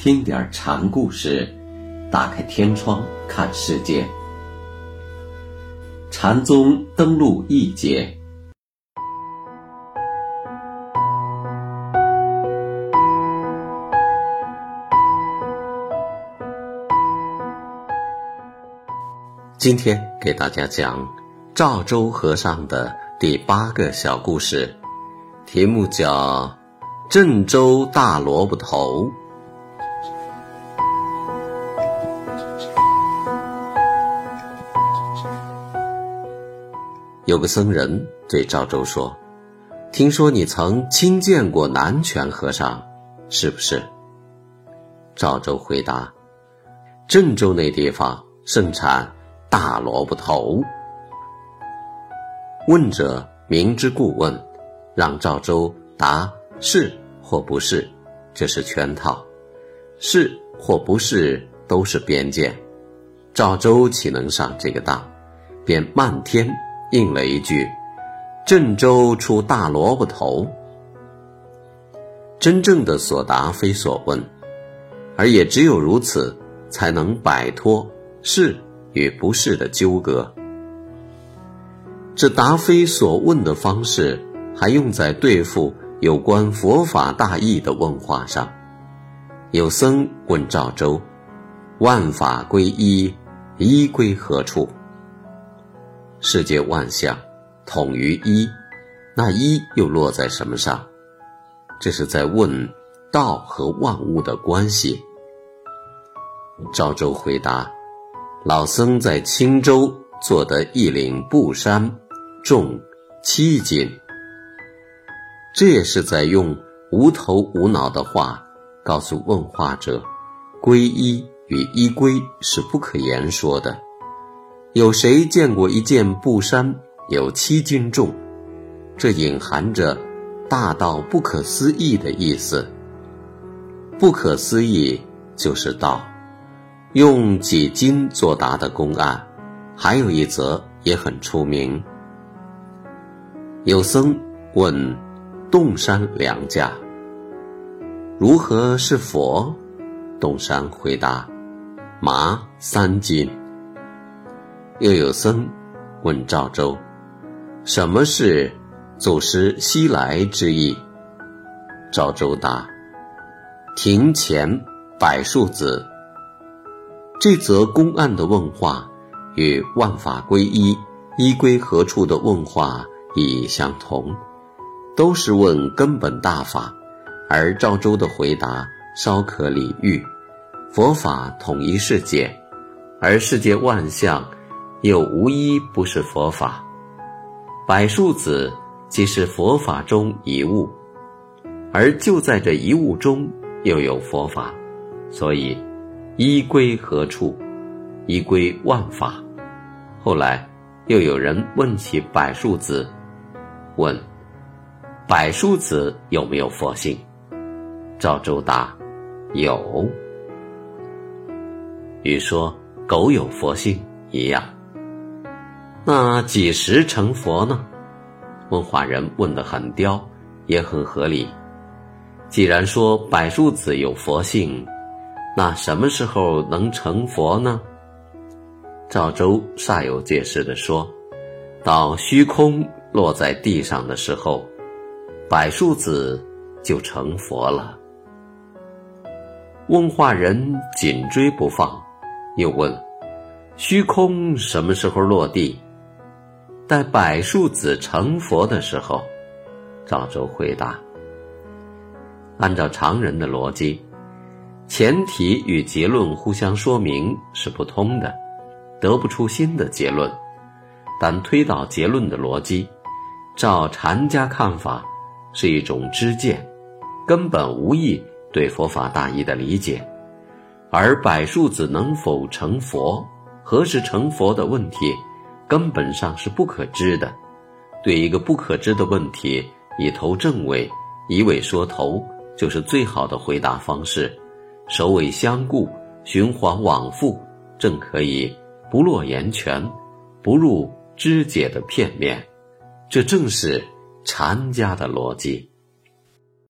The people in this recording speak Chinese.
听点禅故事，打开天窗看世界。禅宗登陆一节。今天给大家讲赵州和尚的第8个小故事，题目叫郑州大萝卜头。有个僧人对赵州说，听说你曾亲见过南泉和尚，是不是？赵州回答，郑州那地方盛产大萝卜头。问者明知故问，让赵州答是或不是，这是圈套；是或不是都是边界。赵州岂能上这个当，便漫天应了一句，郑州出大萝卜头。真正的所答非所问，而也只有如此，才能摆脱是与不是的纠葛。这答非所问的方式，还用在对付有关佛法大义的问话上。有僧问赵州，万法归一，一归何处？世界万象统于一，那一又落在什么上？这是在问道和万物的关系。赵州回答，老僧在青州做的一领布衫，重7斤。这也是在用无头无脑的话告诉问话者，皈依与依归是不可言说的。有谁见过一件布衫有7斤重？这隐含着大到不可思议的意思。不可思议就是道。用几斤作答的公案，还有一则也很出名。有僧问洞山良价，如何是佛？洞山回答，麻3斤。又有僧问赵州，什么是祖师西来之意？赵州答，庭前柏树子。这则公案的问话与万法归一，一归何处的问话意义相同，都是问根本大法，而赵州的回答稍可理喻。佛法统一世界，而世界万象又无一不是佛法。柏树子即是佛法中一物，而就在这一物中又有佛法，所以一归何处？一归万法。后来又有人问起柏树子，问柏树子有没有佛性？赵州答，有。与说狗有佛性一样。那几时成佛呢？问话人问得很刁，也很合理。既然说柏树子有佛性，那什么时候能成佛呢？赵州煞有介事地说，到虚空落在地上的时候，柏树子就成佛了。问话人紧追不放，又问，虚空什么时候落地？待柏树子成佛的时候。赵州回答，按照常人的逻辑，前提与结论互相说明是不通的，得不出新的结论。但推导结论的逻辑，照禅家看法，是一种知见，根本无益对佛法大义的理解。而柏树子能否成佛，何时成佛的问题，根本上是不可知的。对一个不可知的问题，以头正尾，以尾说头，就是最好的回答方式。首尾相顾，循环往复，正可以不落言泉，不入知解的片面。这正是禅家的逻辑。